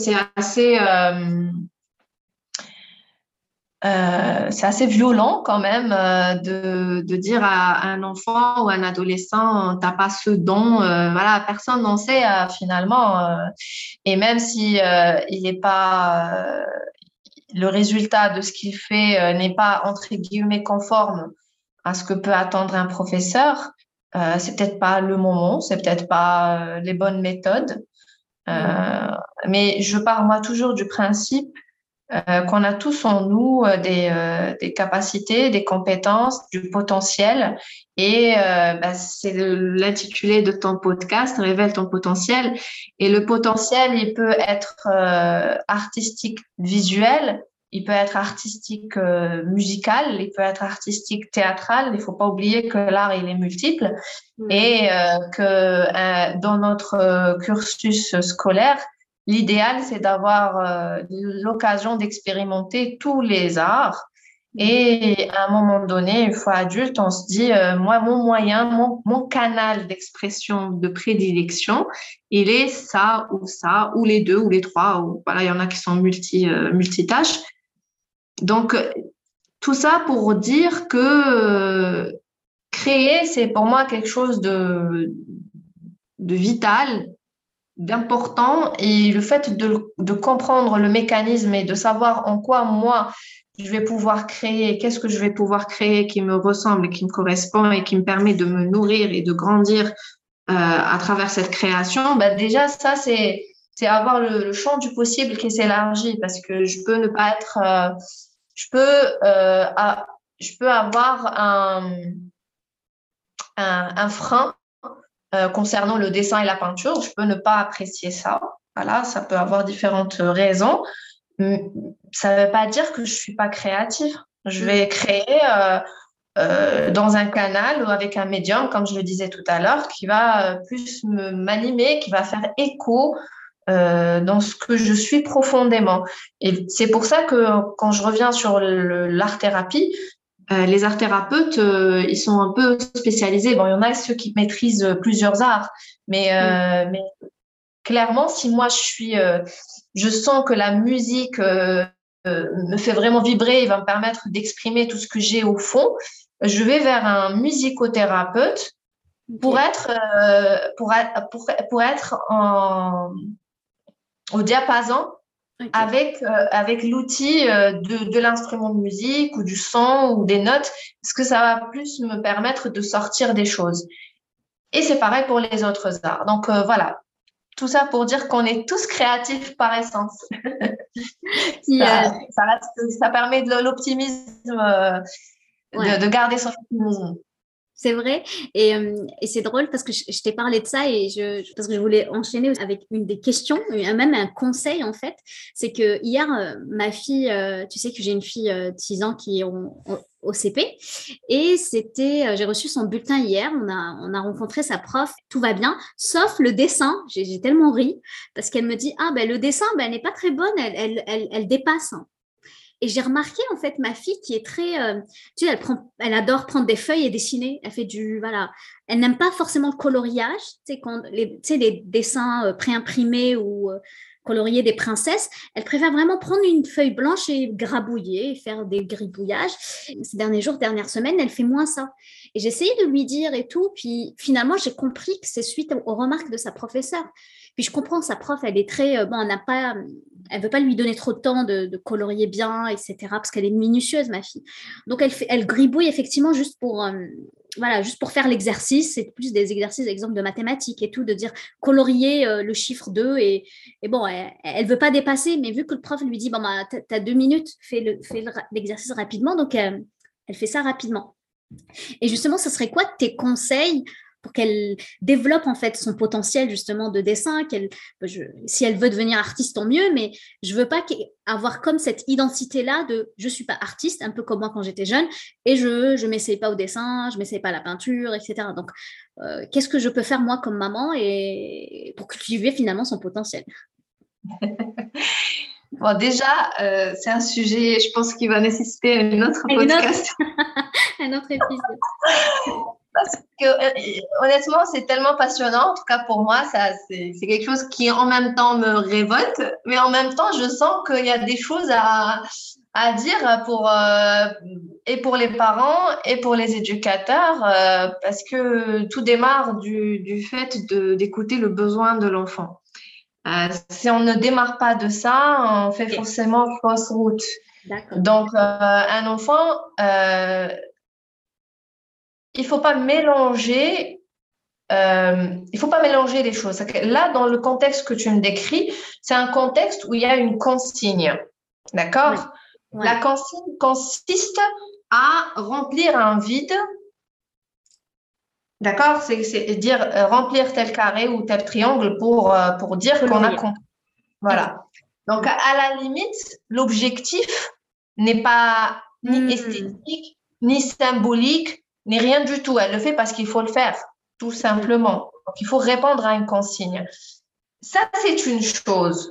c'est assez violent quand même de dire à un enfant ou un adolescent, t'as pas ce don, voilà, personne n'en sait finalement. Et même si il n'est pas le résultat de ce qu'il fait n'est pas entre guillemets conforme à ce que peut attendre un professeur, c'est peut-être pas le moment, c'est peut-être pas les bonnes méthodes. Mais je pars moi toujours du principe qu'on a tous en nous des capacités, des compétences, du potentiel. Et bah, c'est l'intitulé de ton podcast, Révèle ton potentiel. Et le potentiel, il peut être artistique visuel, il peut être artistique musical, il peut être artistique théâtral. Il ne faut pas oublier que l'art, il est multiple. Et que dans notre cursus scolaire, l'idéal, c'est d'avoir l'occasion d'expérimenter tous les arts. Et à un moment donné, une fois adulte, on se dit, moi, mon moyen, mon canal d'expression de prédilection, il est ça, ou les deux, ou les trois, ou voilà, il y en a qui sont multitâches. Donc, tout ça pour dire que créer, c'est pour moi quelque chose de vital, d'important, et le fait de comprendre le mécanisme et de savoir en quoi moi je vais pouvoir créer, qu'est-ce que je vais pouvoir créer qui me ressemble et qui me correspond et qui me permet de me nourrir et de grandir à travers cette création, bah déjà ça c'est avoir le champ du possible qui s'élargit parce que je peux ne pas être je peux avoir un frein concernant le dessin et la peinture, je peux ne pas apprécier ça. Voilà, ça peut avoir différentes raisons. Ça ne veut pas dire que je ne suis pas créative. Je vais créer dans un canal ou avec un médium, comme je le disais tout à l'heure, qui va plus m'animer, qui va faire écho dans ce que je suis profondément. Et c'est pour ça que quand je reviens sur l'art-thérapie, les arts-thérapeutes, ils sont un peu spécialisés. Bon, il y en a ceux qui maîtrisent plusieurs arts, mais clairement, si moi je sens que la musique me fait vraiment vibrer et va me permettre d'exprimer tout ce que j'ai au fond, je vais vers un musicothérapeute pour être au diapason
Ok.
avec l'outil de l'instrument de musique ou du son ou des notes, parce que ça va plus me permettre de sortir des choses. Et c'est pareil pour les autres arts. Donc voilà, tout ça pour dire qu'on est tous créatifs par essence.
Puis,
Ça permet de l'optimisme,
ouais.
de garder son optimisme.
C'est vrai. Et c'est drôle parce que je t'ai parlé de ça parce que je voulais enchaîner avec une des questions, même un conseil en fait. C'est que hier, ma fille, tu sais que j'ai une fille de 6 ans qui est au CP et j'ai reçu son bulletin hier. On a rencontré sa prof. Tout va bien, sauf le dessin. J'ai tellement ri parce qu'elle me dit, ah ben le dessin, ben, elle n'est pas très bonne, elle dépasse. Et j'ai remarqué, en fait, ma fille qui est très. Tu sais, elle adore prendre des feuilles et dessiner. Elle fait Voilà. Elle n'aime pas forcément le coloriage. Tu sais, les dessins préimprimés ou coloriés des princesses. Elle préfère vraiment prendre une feuille blanche et grabouiller, faire des gribouillages. Ces derniers jours, dernières semaines, elle fait moins ça. Et j'ai essayé de lui dire et tout. Puis finalement, j'ai compris que c'est suite aux remarques de sa professeure. Puis je comprends, sa prof, elle est très. Bon, elle veut pas lui donner trop de temps de colorier bien, etc. Parce qu'elle est minutieuse, ma fille. Donc elle gribouille effectivement juste pour faire l'exercice. C'est plus des exercices, exemple de mathématiques et tout, de dire colorier le chiffre 2 et bon, elle veut pas dépasser, mais vu que le prof lui dit bon bah t'as 2 minutes, fais l'exercice rapidement, donc elle fait ça rapidement. Et justement, ce serait quoi tes conseils pour qu'elle développe en fait son potentiel justement de dessin, si elle veut devenir artiste, tant mieux, mais je veux pas avoir comme cette identité-là de je suis pas artiste, un peu comme moi quand j'étais jeune, et je m'essaye pas au dessin, je m'essaye pas à la peinture, etc. Donc, qu'est-ce que je peux faire moi comme maman et pour cultiver finalement son potentiel?
Bon, déjà, c'est un sujet, je pense, qui va nécessiter un autre
Une autre,
podcast.
un autre épisode.
Parce que honnêtement, c'est tellement passionnant. En tout cas, pour moi, c'est quelque chose qui en même temps me révolte, mais en même temps, je sens qu'il y a des choses à dire et pour les parents et pour les éducateurs, parce que tout démarre du fait d'écouter le besoin de l'enfant. Si on ne démarre pas de ça, on fait forcément fausse route.
D'accord.
Donc, un enfant, il faut pas mélanger, il faut pas mélanger les choses. Là, dans le contexte que tu me décris, c'est un contexte où il y a une consigne, d'accord?
Ouais. Ouais.
La consigne consiste à remplir un vide, d'accord? C'est dire remplir tel carré ou tel triangle pour dire qu'on a compris. Voilà. Donc, à la limite, l'objectif n'est pas ni esthétique, ni symbolique, ni rien du tout. Elle le fait parce qu'il faut le faire, tout simplement. Donc, il faut répondre à une consigne. Ça, c'est une chose.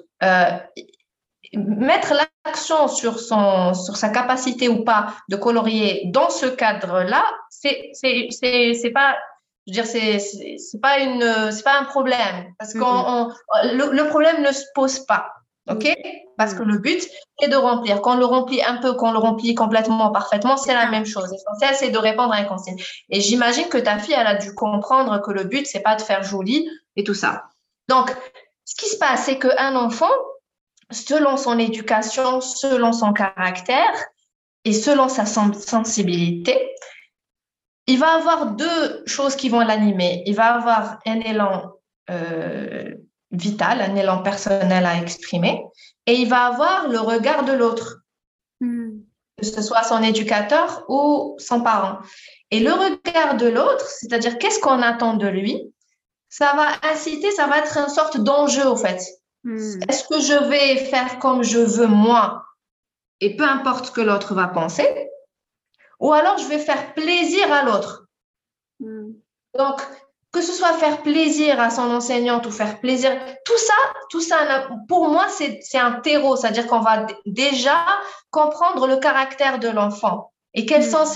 Mettre l'accent sur sa capacité ou pas de colorier dans ce cadre-là, c'est pas, je veux dire, c'est pas un problème parce que le problème ne se pose pas. OK? Parce que le but est de remplir. Qu'on le remplit un peu, qu'on le remplit complètement, parfaitement, c'est la même chose. L'essentiel, c'est de répondre à une consigne. Et j'imagine que ta fille, elle a dû comprendre que le but, c'est pas de faire joli et tout ça. Donc, ce qui se passe, c'est qu'un enfant, selon son éducation, selon son caractère et selon sa sensibilité, il va avoir deux choses qui vont l'animer. Il va avoir un élan vital, un élan personnel à exprimer, et il va avoir le regard de l'autre, que ce soit son éducateur ou son parent. Et le regard de l'autre, c'est-à-dire qu'est-ce qu'on attend de lui, ça va inciter, ça va être une sorte d'enjeu, au fait. Est-ce que je vais faire comme je veux moi, et peu importe ce que l'autre va penser, ou alors je vais faire plaisir à l'autre. Donc, que ce soit faire plaisir à son enseignante ou faire plaisir, tout ça, pour moi, c'est un terreau, c'est-à-dire qu'on va déjà comprendre le caractère de l'enfant et quelles sont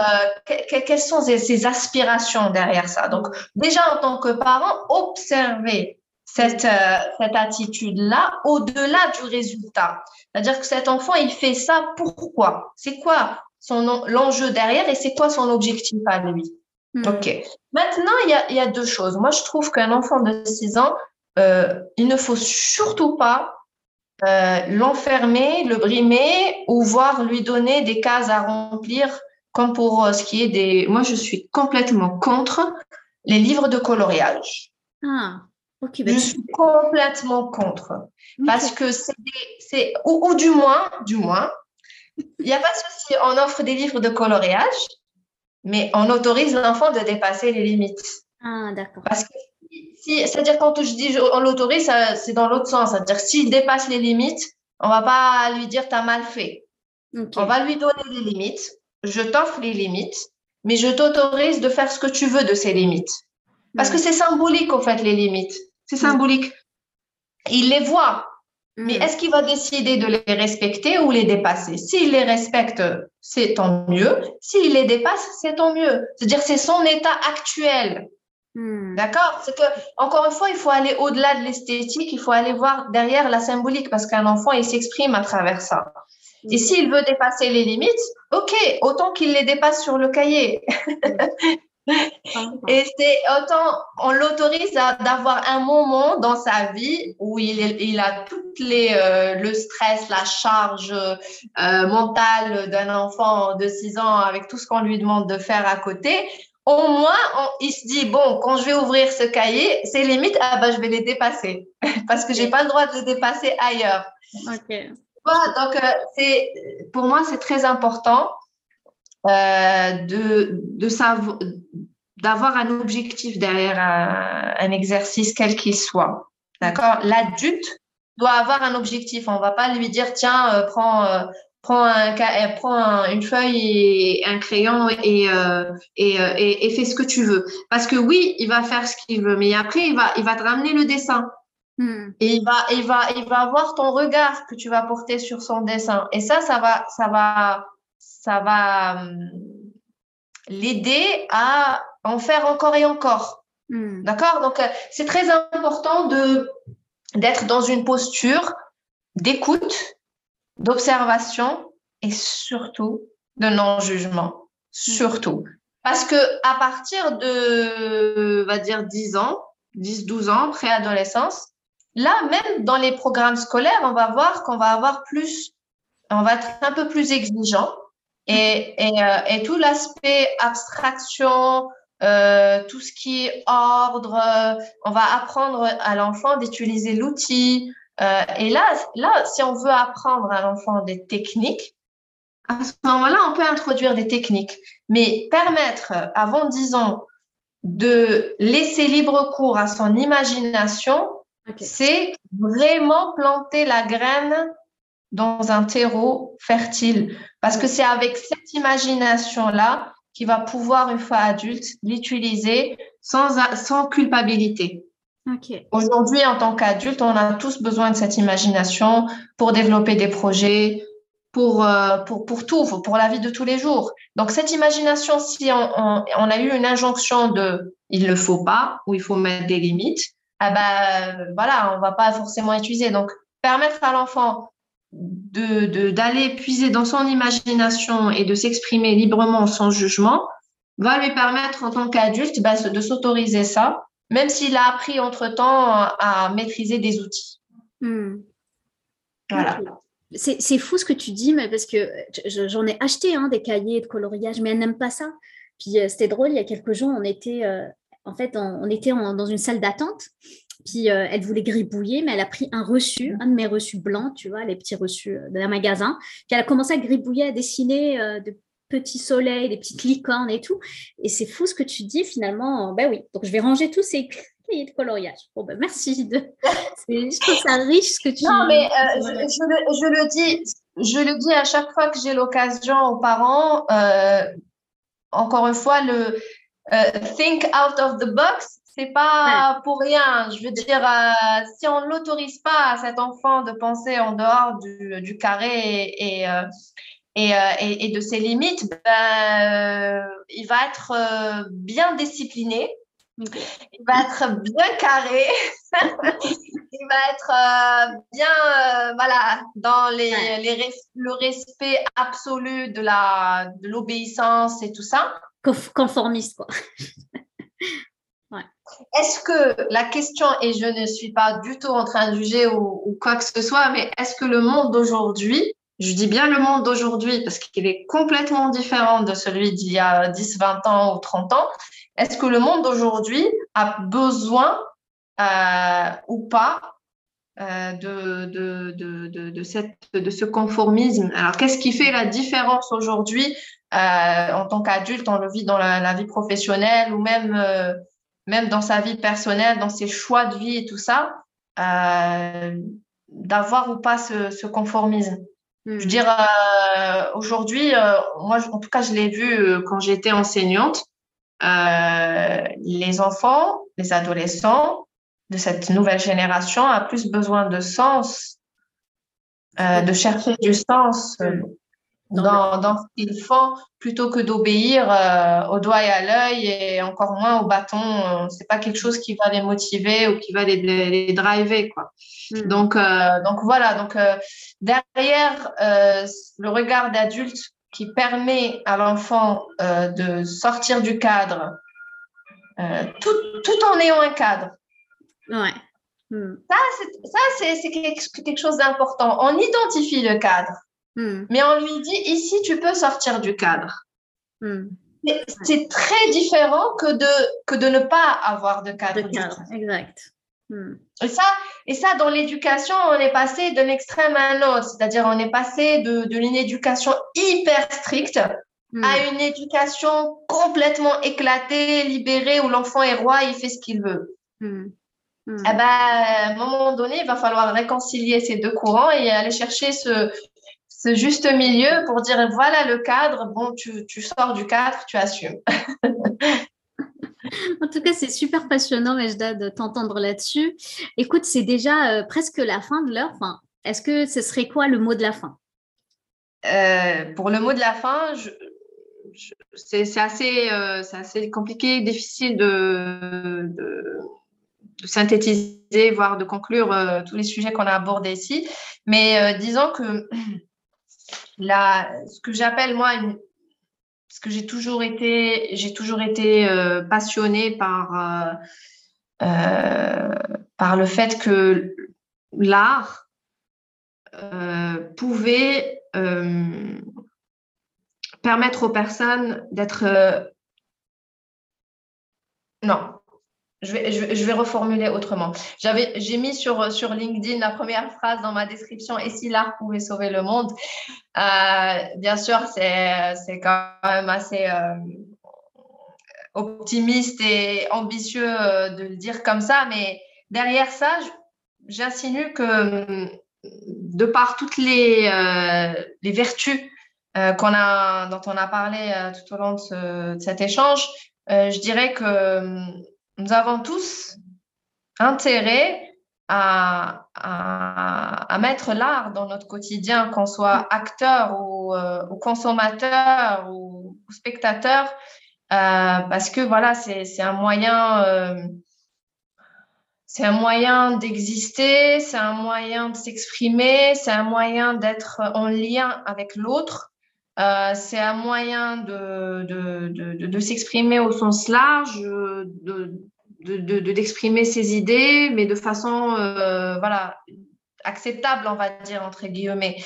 ses aspirations derrière ça. Donc, déjà en tant que parent, observer cette attitude-là au-delà du résultat. C'est-à-dire que cet enfant, il fait ça pourquoi? C'est quoi l'enjeu derrière et c'est quoi son objectif à lui? OK. Maintenant, il y a deux choses. Moi, je trouve qu'un enfant de 6 ans, il ne faut surtout pas l'enfermer, le brimer ou voire lui donner des cases à remplir comme pour ce qui est des... Moi, je suis complètement contre les livres de coloriage.
Ah, ok, bah
Je suis complètement contre parce
ok.
que ou du moins, il n'y a pas de souci, on offre des livres de coloriage, mais on autorise l'enfant de dépasser les limites.
Ah, d'accord.
Parce que c'est-à-dire quand je dis on l'autorise, c'est dans l'autre sens. C'est-à-dire s'il dépasse les limites, on va pas lui dire t'as mal fait. On
Ok.
va lui donner les limites. Je t'offre les limites, mais je t'autorise de faire ce que tu veux de ces limites. Parce que
Hmm,
c'est symbolique, en fait, les limites. C'est
hmm,
symbolique. Il les voit. Mais
hmm,
est-ce qu'il va décider de les respecter ou les dépasser? S'il les respecte, c'est tant mieux. S'il les dépasse, c'est tant mieux. C'est-à-dire, c'est son état actuel.
hmm.
D'accord? C'est que, encore une fois, il faut aller au-delà de l'esthétique, il faut aller voir derrière la symbolique parce qu'un enfant, il s'exprime à travers ça. Et
Ok.
s'il veut dépasser les limites, ok, autant qu'il les dépasse sur le cahier.
Hmm. Sympa.
Et c'est autant on l'autorise d'avoir un moment dans sa vie où il a toutes le stress, la charge mentale d'un enfant de 6 ans avec tout ce qu'on lui demande de faire à côté. Au moins, il se dit, bon, quand je vais ouvrir ce cahier, ces limites, ah bah, je vais les dépasser parce que j'ai
Ok.
pas le droit de les dépasser ailleurs.
Ok. Je
Voilà, donc, pour moi, c'est très important de savoir, d'avoir un objectif derrière un exercice quel qu'il soit.
Hmm.
D'accord? L'adulte doit avoir un objectif. On va pas lui dire, tiens, prends une feuille et un crayon et fais ce que tu veux. Parce que oui, il va faire ce qu'il veut, mais après, il va te ramener le dessin.
Hmm.
Et il va avoir ton regard que tu vas porter sur son dessin. Et ça va l'aider à en faire encore et encore.
Hmm.
D'accord? Donc, c'est très important d'être dans une posture d'écoute, d'observation et surtout de non-jugement.
Hmm.
Surtout. Parce que à partir de, on va dire, 10 ans, 10, 12 ans, préadolescence, là, même dans les programmes scolaires, on va voir qu'on va avoir plus, on va être un peu plus exigeant
Ok.
et tout l'aspect abstraction, tout ce qui est ordre, on va apprendre à l'enfant d'utiliser l'outil. Et là, si on veut apprendre à l'enfant des techniques, à ce moment-là, on peut introduire des techniques. Mais permettre, avant 10 ans, de laisser libre cours à son imagination,
Ok.
c'est vraiment planter la graine dans un terreau fertile. Parce que
Hmm.
c'est avec cette imagination-là qu'il va pouvoir, une fois adulte, l'utiliser sans culpabilité.
Ok.
Aujourd'hui, en tant qu'adulte, on a tous besoin de cette imagination pour développer des projets, pour tout, pour la vie de tous les jours. Donc, cette imagination, si on a eu une injonction de il ne le faut pas ou il faut mettre des limites, ah ben, voilà, on ne va pas forcément utiliser. Donc, permettre à l'enfant d'aller puiser dans son imagination et de s'exprimer librement sans jugement va lui permettre en tant qu'adulte de s'autoriser ça, même s'il a appris entre-temps à maîtriser des outils.
Hmm. Ok.
Voilà.
C'est fou ce que tu dis, mais parce que j'en ai acheté des cahiers de coloriage, mais elle n'aime pas ça. Puis c'était drôle, il y a quelques jours, on était, en fait, on était dans une salle d'attente. Puis elle voulait gribouiller, mais elle a pris un reçu, un de mes reçus blancs, tu vois, les petits reçus d'un magasin. Puis elle a commencé à gribouiller, à dessiner de petits soleils, des petites licornes et tout. Et c'est fou ce que tu dis finalement. Ben oui, donc je vais ranger tous ces cahiers de coloriage. Bon, ben merci. Je trouve ça riche ce que
Non, mais
tu dis.
je le dis à chaque fois que j'ai l'occasion aux parents, encore une fois, think out of the box, c'est
Ouais,
pas pour rien. Je veux dire, si on ne l'autorise pas à cet enfant de penser en dehors du carré et de ses limites, ben, il va être bien discipliné,
ok.
il va être bien carré, il va être bien voilà, dans
Ouais,
le respect absolu de l'obéissance et tout ça.
conformiste, quoi. Ouais.
est-ce que la question, et je ne suis pas du tout en train de juger ou quoi que ce soit, mais est-ce que le monde d'aujourd'hui, je dis bien le monde d'aujourd'hui parce qu'il est complètement différent de celui d'il y a 10, 20 ans ou 30 ans, est-ce que le monde d'aujourd'hui a besoin ou pas de ce conformisme? Alors, qu'est-ce qui fait la différence aujourd'hui en tant qu'adulte, on le vit dans la vie professionnelle ou même dans sa vie personnelle, dans ses choix de vie et tout ça, d'avoir ou pas ce conformisme? Je veux dire, aujourd'hui, moi, en tout cas, je l'ai vu quand j'étais enseignante, les enfants, les adolescents de cette nouvelle génération a plus besoin de sens, de chercher du sens dans ce qu'ils font plutôt que d'obéir au doigt et à l'œil et encore moins au bâton. C'est pas quelque chose qui va les motiver ou qui va les driver, quoi. Donc voilà. Donc derrière le regard d'adulte qui permet à l'enfant de sortir du cadre, tout en ayant un cadre.
Ouais.
Ça, c'est quelque chose d'important. On identifie le cadre, mais on lui dit, ici, tu peux sortir du cadre. C'est très différent que de ne pas avoir de cadre.
Exact.
Et ça, dans l'éducation, on est passé d'un extrême à un autre. C'est-à-dire, on est passé d'une éducation hyper stricte à une éducation complètement éclatée, libérée, où l'enfant est roi, il fait ce qu'il veut. Eh ben, à un moment donné, il va falloir réconcilier ces deux courants et aller chercher ce juste milieu pour dire, voilà le cadre, bon, tu sors du cadre, tu assumes.
En tout cas, c'est super passionnant, Majda, de t'entendre là-dessus. Écoute, c'est déjà presque la fin de l'heure. Enfin, est-ce que ce serait quoi le mot de la fin?
Pour le mot de la fin, c'est assez compliqué, difficile de synthétiser, voire de conclure tous les sujets qu'on a abordés ici. Mais disons que ce que j'appelle moi parce que j'ai toujours été passionnée par le fait que l'art pouvait permettre aux personnes d'être non. Je vais reformuler autrement. J'ai mis sur LinkedIn la première phrase dans ma description, et si l'art pouvait sauver le monde. Bien sûr, c'est quand même assez optimiste et ambitieux de le dire comme ça, mais derrière ça, j'insinue que de par toutes les vertus dont on a parlé tout au long de cet échange, je dirais que nous avons tous intérêt à mettre l'art dans notre quotidien, qu'on soit acteur ou consommateur ou spectateur, parce que voilà, c'est un moyen d'exister, c'est un moyen de s'exprimer, c'est un moyen d'être en lien avec l'autre. C'est un moyen de s'exprimer au sens large, d'exprimer ses idées, mais de façon voilà, acceptable, on va dire, entre guillemets.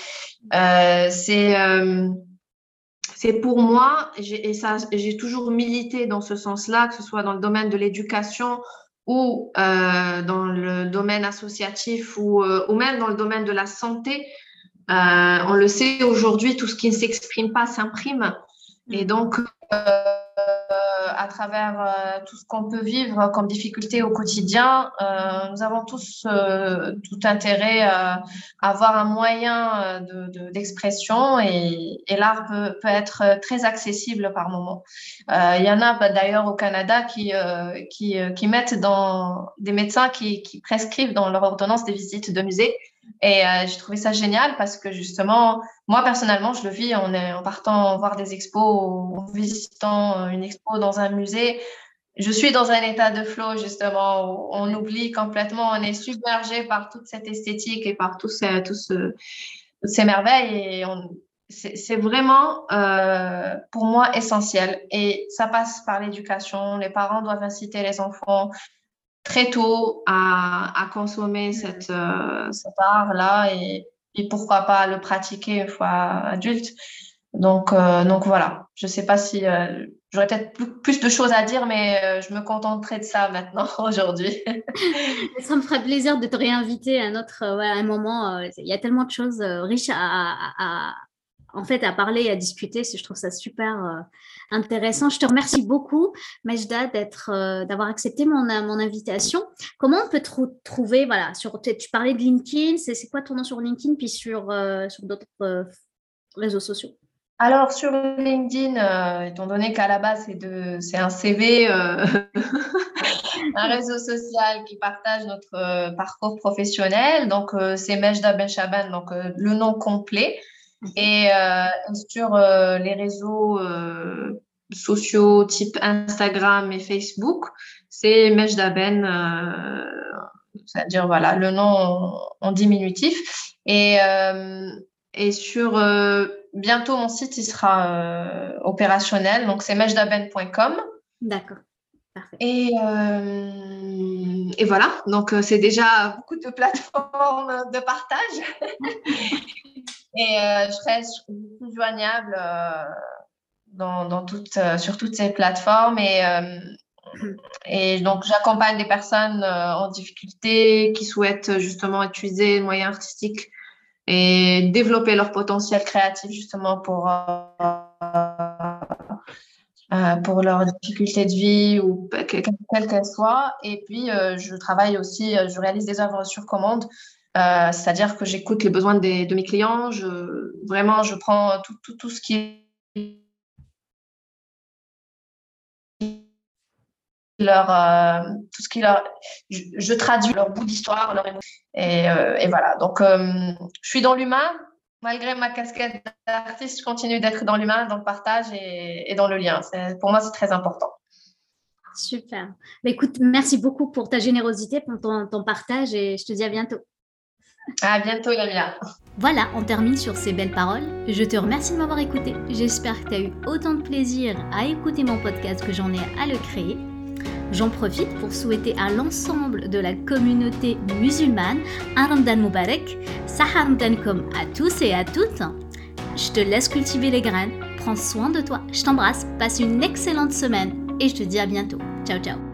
C'est pour moi, j'ai toujours milité dans ce sens-là, que ce soit dans le domaine de l'éducation ou dans le domaine associatif ou même dans le domaine de la santé. On le sait aujourd'hui, tout ce qui ne s'exprime pas s'imprime. Et donc, à travers tout ce qu'on peut vivre comme difficulté au quotidien, nous avons tous tout intérêt à avoir un moyen d'expression et l'art peut être très accessible par moment. Il y en a d'ailleurs au Canada qui mettent des médecins qui prescrivent dans leur ordonnance des visites de musées. Et j'ai trouvé ça génial parce que justement, moi personnellement, je le vis en partant voir des expos, en visitant une expo dans un musée. Je suis dans un état de flow justement où on oublie complètement, on est submergé par toute cette esthétique et par toutes ces merveilles. Et c'est vraiment pour moi essentiel. Et ça passe par l'éducation. Les parents doivent inciter les enfants très tôt à consommer cet art-là et pourquoi pas le pratiquer une fois adulte. Donc voilà, je sais pas si j'aurais peut-être plus de choses à dire, mais je me contenterai de ça maintenant, aujourd'hui.
Ça me ferait plaisir de te réinviter à un moment. Il y a tellement de choses riches en fait, à parler et à discuter. Je trouve ça super intéressant. Je te remercie beaucoup, Majda, d'avoir accepté mon invitation. Comment on peut te trouver, voilà, tu parlais de LinkedIn, c'est quoi ton nom sur LinkedIn, puis sur d'autres réseaux sociaux?
Alors, sur LinkedIn, étant donné qu'à la base, c'est un CV, un réseau social qui partage notre parcours professionnel. Donc, c'est Mejda Benchaban, donc le nom complet. Et sur les réseaux sociaux type Instagram et Facebook, c'est Mejda Ben, c'est-à-dire voilà, le nom en diminutif. Et sur bientôt, mon site il sera opérationnel, donc c'est mejdaben.com.
D'accord, parfait.
Et voilà, donc c'est déjà beaucoup de plateformes de partage. Et je serai joignable sur toutes ces plateformes. Et donc, j'accompagne des personnes en difficulté qui souhaitent justement utiliser les moyens artistiques et développer leur potentiel créatif justement pour leurs difficultés de vie ou quelles qu'elles soient. Et puis, je travaille aussi, je réalise des œuvres sur commande, c'est-à-dire que j'écoute les besoins de mes clients. Vraiment, je prends tout ce qui tout ce qui leur, je traduis leur bout d'histoire, leur émotion. Et voilà. Donc, je suis dans l'humain. Malgré ma casquette d'artiste, je continue d'être dans l'humain, dans le partage et dans le lien. Pour moi, c'est très important.
Super. Bah, écoute, merci beaucoup pour ta générosité, pour ton partage et je te dis à bientôt.
À bientôt, Lamia.
Voilà, on termine sur ces belles paroles. Je te remercie de m'avoir écouté. J'espère que tu as eu autant de plaisir à écouter mon podcast que j'en ai à le créer. J'en profite pour souhaiter à l'ensemble de la communauté musulmane un Ramadan Mubarak. Sahar Ramadankum à tous et à toutes. Je te laisse cultiver les graines. Prends soin de toi. Je t'embrasse. Passe une excellente semaine et je te dis à bientôt. Ciao, ciao.